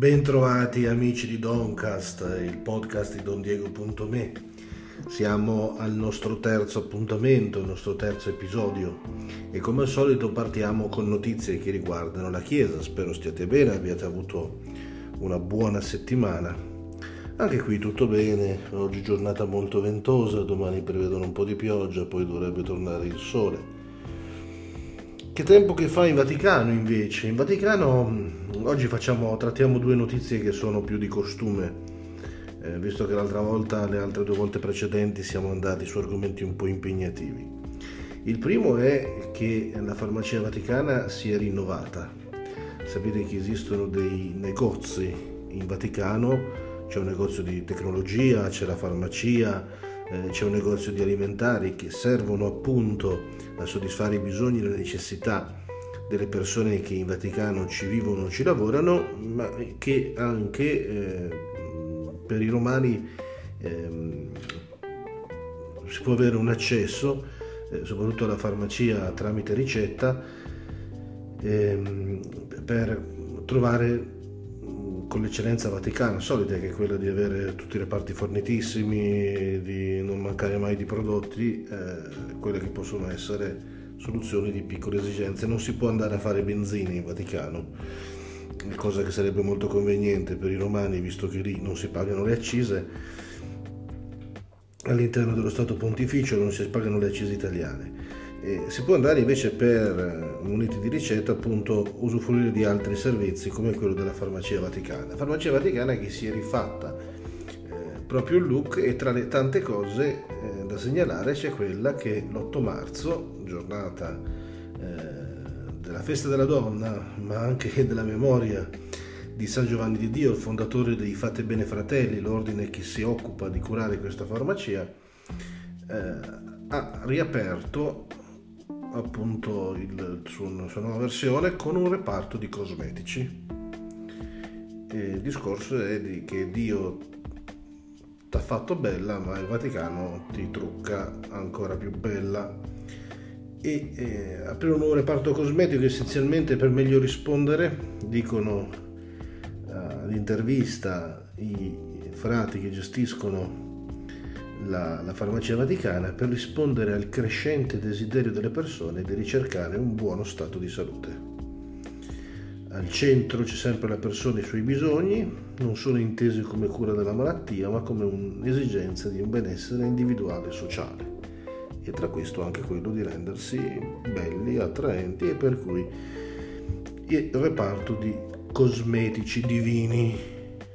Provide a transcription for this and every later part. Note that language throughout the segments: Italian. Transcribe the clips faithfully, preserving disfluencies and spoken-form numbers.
Bentrovati amici di Doncast, il podcast di don diego punto me. Siamo al nostro terzo appuntamento, il nostro terzo episodio e come al solito partiamo con notizie che riguardano la Chiesa. Spero stiate bene, abbiate avuto una buona settimana. Anche qui tutto bene, oggi giornata molto ventosa, domani prevedono un po' di pioggia, poi dovrebbe tornare il sole. Che tempo che fa in Vaticano invece? In Vaticano oggi facciamo, trattiamo due notizie che sono più di costume, eh, visto che l'altra volta, le altre due volte precedenti siamo andati su argomenti un po' impegnativi. Il primo è che la farmacia vaticana si è rinnovata. Sapete che esistono dei negozi in Vaticano, c'è un negozio di tecnologia, c'è la farmacia, c'è un negozio di alimentari che servono appunto a soddisfare i bisogni e le necessità delle persone che in Vaticano ci vivono, ci lavorano, ma che anche eh, per i romani eh, si può avere un accesso, eh, soprattutto alla farmacia tramite ricetta, eh, per trovare con l'eccellenza vaticana solita, che è quella di avere tutti i reparti fornitissimi, di non mancare mai di prodotti, eh, quelle che possono essere soluzioni di piccole esigenze. Non si può andare a fare benzina in Vaticano, cosa che sarebbe molto conveniente per i romani, visto che lì non si pagano le accise. All'interno dello Stato Pontificio non si pagano le accise italiane. E si può andare invece per muniti di ricetta appunto usufruire di altri servizi come quello della farmacia vaticana. La farmacia vaticana che si è rifatta eh, proprio il look, e tra le tante cose eh, da segnalare c'è quella che l'otto marzo, giornata eh, della festa della donna, ma anche della memoria di San Giovanni di Dio, il fondatore dei Fate Bene Fratelli, l'ordine che si occupa di curare questa farmacia, eh, ha riaperto appunto il suo, la sua nuova versione con un reparto di cosmetici. E il discorso è di che Dio t'ha fatto bella, ma il Vaticano ti trucca ancora più bella. E eh, aprire un nuovo reparto cosmetico essenzialmente per meglio rispondere, dicono uh, all'intervista i frati che gestiscono La, la farmacia vaticana, per rispondere al crescente desiderio delle persone di ricercare un buono stato di salute. Al centro c'è sempre la persona e i suoi bisogni, non sono intesi come cura della malattia, ma come un'esigenza di un benessere individuale e sociale, e tra questo anche quello di rendersi belli, attraenti, e per cui il reparto di cosmetici divini.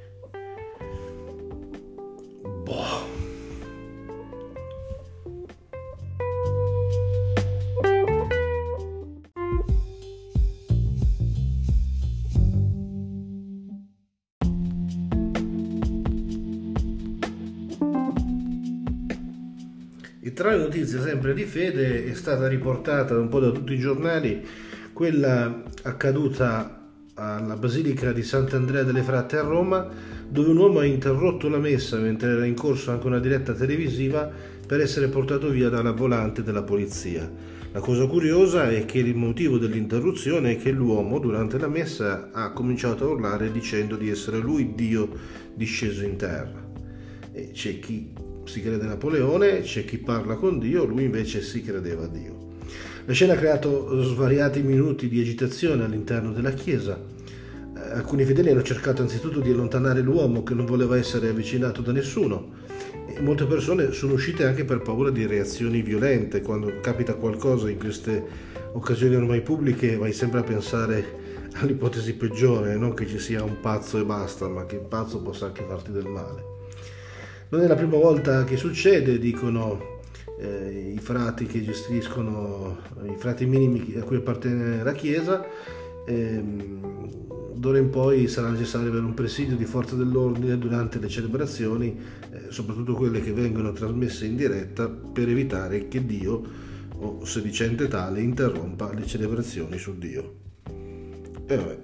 E tra le notizie sempre di fede è stata riportata un po' da tutti i giornali quella accaduta alla Basilica di Sant'Andrea delle Fratte a Roma, dove un uomo ha interrotto la messa mentre era in corso anche una diretta televisiva per essere portato via dalla volante della polizia. La cosa curiosa è che il motivo dell'interruzione è che l'uomo durante la messa ha cominciato a urlare dicendo di essere lui Dio disceso in terra. E c'è chi si crede Napoleone, c'è chi parla con Dio, lui invece si credeva a Dio. La scena ha creato svariati minuti di agitazione all'interno della chiesa. Alcuni fedeli hanno cercato anzitutto di allontanare l'uomo, che non voleva essere avvicinato da nessuno, e molte persone sono uscite anche per paura di reazioni violente. Quando capita qualcosa in queste occasioni ormai pubbliche vai sempre a pensare all'ipotesi peggiore, non che ci sia un pazzo e basta, ma che il pazzo possa anche farti del male. Non è la prima volta che succede, dicono eh, i frati che gestiscono, i frati minimi a cui appartiene la Chiesa. Ehm, d'ora in poi sarà necessario avere un presidio di forze dell'ordine durante le celebrazioni, eh, soprattutto quelle che vengono trasmesse in diretta, per evitare che Dio, o sedicente tale, interrompa le celebrazioni su Dio. E vabbè.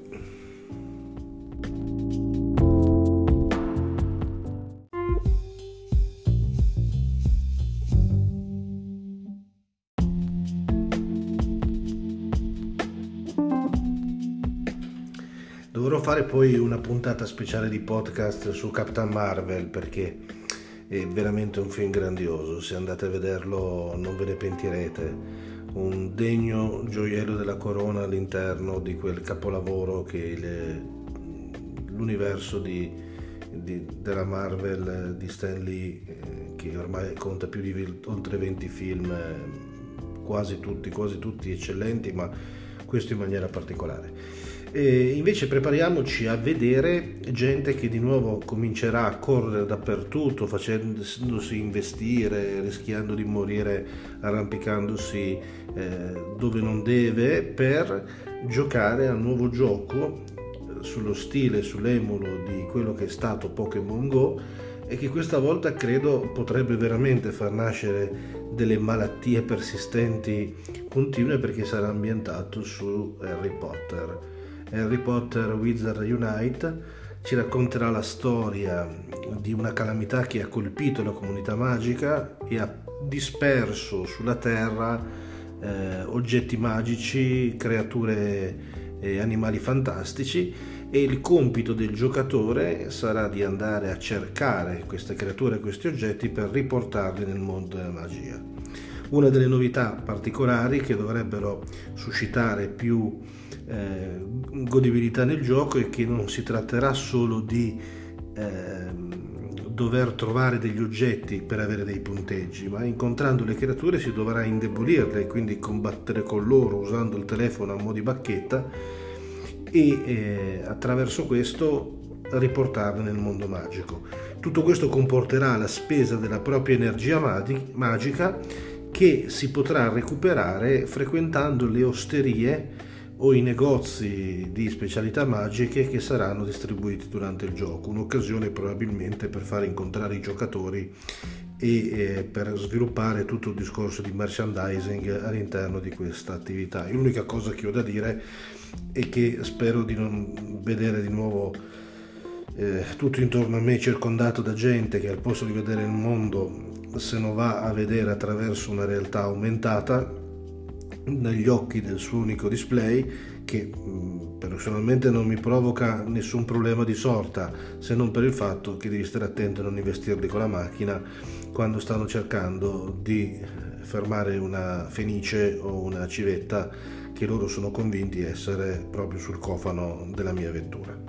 dovrò fare poi una puntata speciale di podcast su Captain Marvel, perché è veramente un film grandioso. Se andate a vederlo non ve ne pentirete. Un degno gioiello della corona all'interno di quel capolavoro che è le, l'universo di, di, della Marvel di Stan Lee, eh, che ormai conta più di oltre venti film, eh, quasi tutti, quasi tutti eccellenti, ma questo in maniera particolare. E invece prepariamoci a vedere gente che di nuovo comincerà a correre dappertutto, facendosi investire, rischiando di morire arrampicandosi eh, dove non deve, per giocare al nuovo gioco sullo stile, sull'emulo di quello che è stato Pokémon Go, e che questa volta credo potrebbe veramente far nascere delle malattie persistenti continue, perché sarà ambientato su Harry Potter. Harry Potter Wizard Unite ci racconterà la storia di una calamità che ha colpito la comunità magica e ha disperso sulla Terra eh, oggetti magici, creature e animali fantastici, e il compito del giocatore sarà di andare a cercare queste creature e questi oggetti per riportarli nel mondo della magia. Una delle novità particolari che dovrebbero suscitare più eh, godibilità nel gioco è che non si tratterà solo di eh, dover trovare degli oggetti per avere dei punteggi, ma incontrando le creature si dovrà indebolirle e quindi combattere con loro usando il telefono a mo' di bacchetta, e eh, attraverso questo riportarle nel mondo magico. Tutto questo comporterà la spesa della propria energia magica, che si potrà recuperare frequentando le osterie o i negozi di specialità magiche che saranno distribuiti durante il gioco, un'occasione probabilmente per far incontrare i giocatori e eh, per sviluppare tutto il discorso di merchandising all'interno di questa attività. L'unica cosa che ho da dire è che spero di non vedere di nuovo eh, tutto intorno a me circondato da gente che al posto di vedere il mondo se lo va a vedere attraverso una realtà aumentata negli occhi del suo unico display, che mh, personalmente non mi provoca nessun problema di sorta, se non per il fatto che devi stare attento a non investirli con la macchina quando stanno cercando di fermare una fenice o una civetta che loro sono convinti essere proprio sul cofano della mia vettura.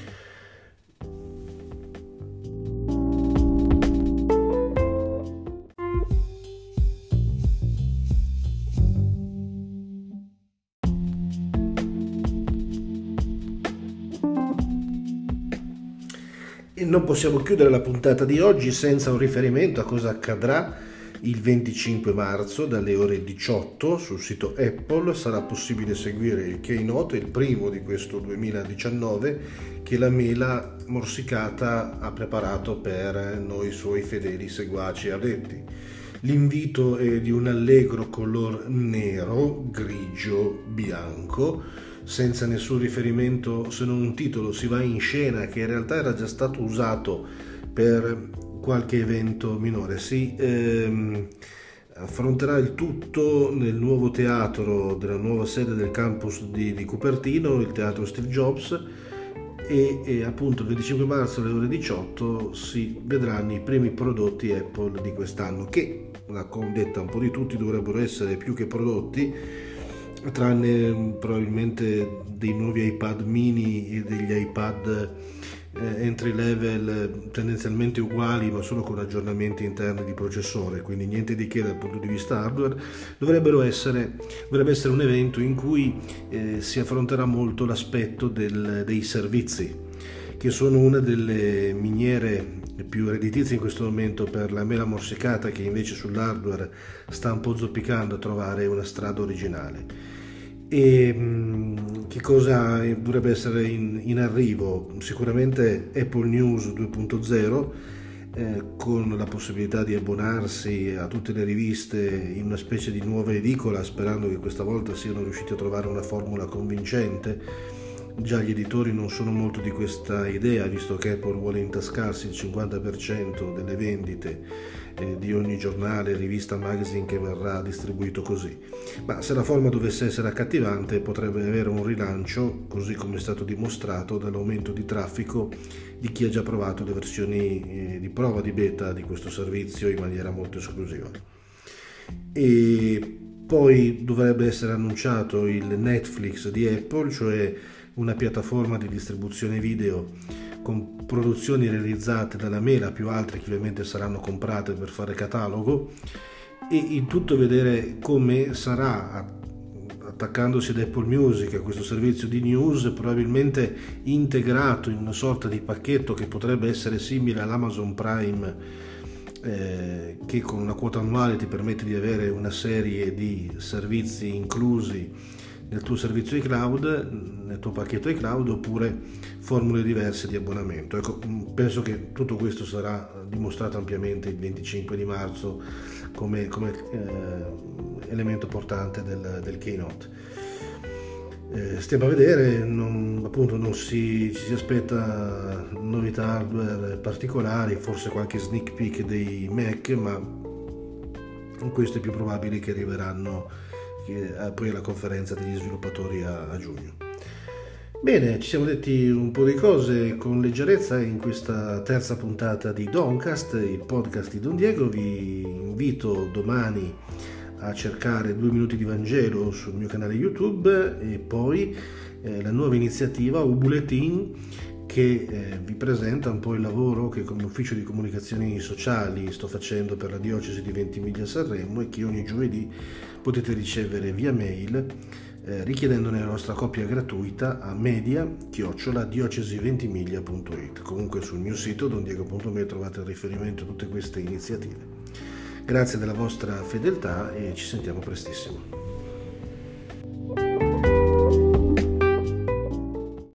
E non possiamo chiudere la puntata di oggi senza un riferimento a cosa accadrà il venticinque marzo dalle ore diciotto sul sito Apple. Sarà possibile seguire il keynote, il primo di questo duemiladiciannove, che la mela morsicata ha preparato per noi suoi fedeli seguaci adepti. L'invito è di un allegro color nero, grigio, bianco, senza nessun riferimento se non un titolo. Si va in scena, che in realtà era già stato usato per qualche evento minore. Si ehm, affronterà il tutto nel nuovo teatro della nuova sede del campus di, di Cupertino, il teatro Steve Jobs, e, e appunto il venticinque marzo alle ore diciotto si vedranno i primi prodotti Apple di quest'anno, che, la condetta un po' di tutti, dovrebbero essere più che prodotti, tranne probabilmente dei nuovi iPad mini e degli iPad eh, entry level tendenzialmente uguali, ma solo con aggiornamenti interni di processore, quindi niente di che dal punto di vista hardware. Dovrebbero essere, dovrebbe essere un evento in cui eh, si affronterà molto l'aspetto del, dei servizi, che sono una delle miniere più redditizie in questo momento per la mela morsicata, che invece sull'hardware sta un po' zoppicando a trovare una strada originale. E mh, che cosa dovrebbe essere in, in arrivo? Sicuramente Apple News due punto zero, eh, con la possibilità di abbonarsi a tutte le riviste in una specie di nuova edicola, sperando che questa volta siano riusciti a trovare una formula convincente Già gli editori non sono molto di questa idea, visto che Apple vuole intascarsi il cinquanta per cento delle vendite eh, di ogni giornale, rivista, magazine che verrà distribuito così. Ma se la forma dovesse essere accattivante, potrebbe avere un rilancio, così come è stato dimostrato dall'aumento di traffico di chi ha già provato le versioni eh, di prova di beta di questo servizio in maniera molto esclusiva. E poi dovrebbe essere annunciato il Netflix di Apple, cioè una piattaforma di distribuzione video con produzioni realizzate dalla mela più altre che ovviamente saranno comprate per fare catalogo, e in tutto vedere come sarà, attaccandosi ad Apple Music, a questo servizio di news, probabilmente integrato in una sorta di pacchetto che potrebbe essere simile all'Amazon Prime, eh, che con una quota annuale ti permette di avere una serie di servizi inclusi nel tuo servizio iCloud, nel tuo pacchetto iCloud, oppure formule diverse di abbonamento. Ecco, penso che tutto questo sarà dimostrato ampiamente il venticinque di marzo come, come eh, elemento portante del, del keynote. Eh, stiamo a vedere, non, appunto non si, ci si aspetta novità hardware particolari, forse qualche sneak peek dei Mac, ma questo è più probabile che arriveranno poi alla conferenza degli sviluppatori a, a giugno. Bene, ci siamo detti un po' di cose con leggerezza in questa terza puntata di Doncast, il podcast di Don Diego. Vi invito domani a cercare Due Minuti di Vangelo sul mio canale YouTube, e poi eh, la nuova iniziativa Ubuletin, che eh, vi presenta un po' il lavoro che come ufficio di comunicazioni sociali sto facendo per la diocesi di Ventimiglia Sanremo, e che ogni giovedì potete ricevere via mail eh, richiedendone la vostra copia gratuita a media chiocciola diocesi ventimiglia punto it. Comunque sul mio sito don diego punto me trovate il riferimento a tutte queste iniziative. Grazie della vostra fedeltà e ci sentiamo prestissimo.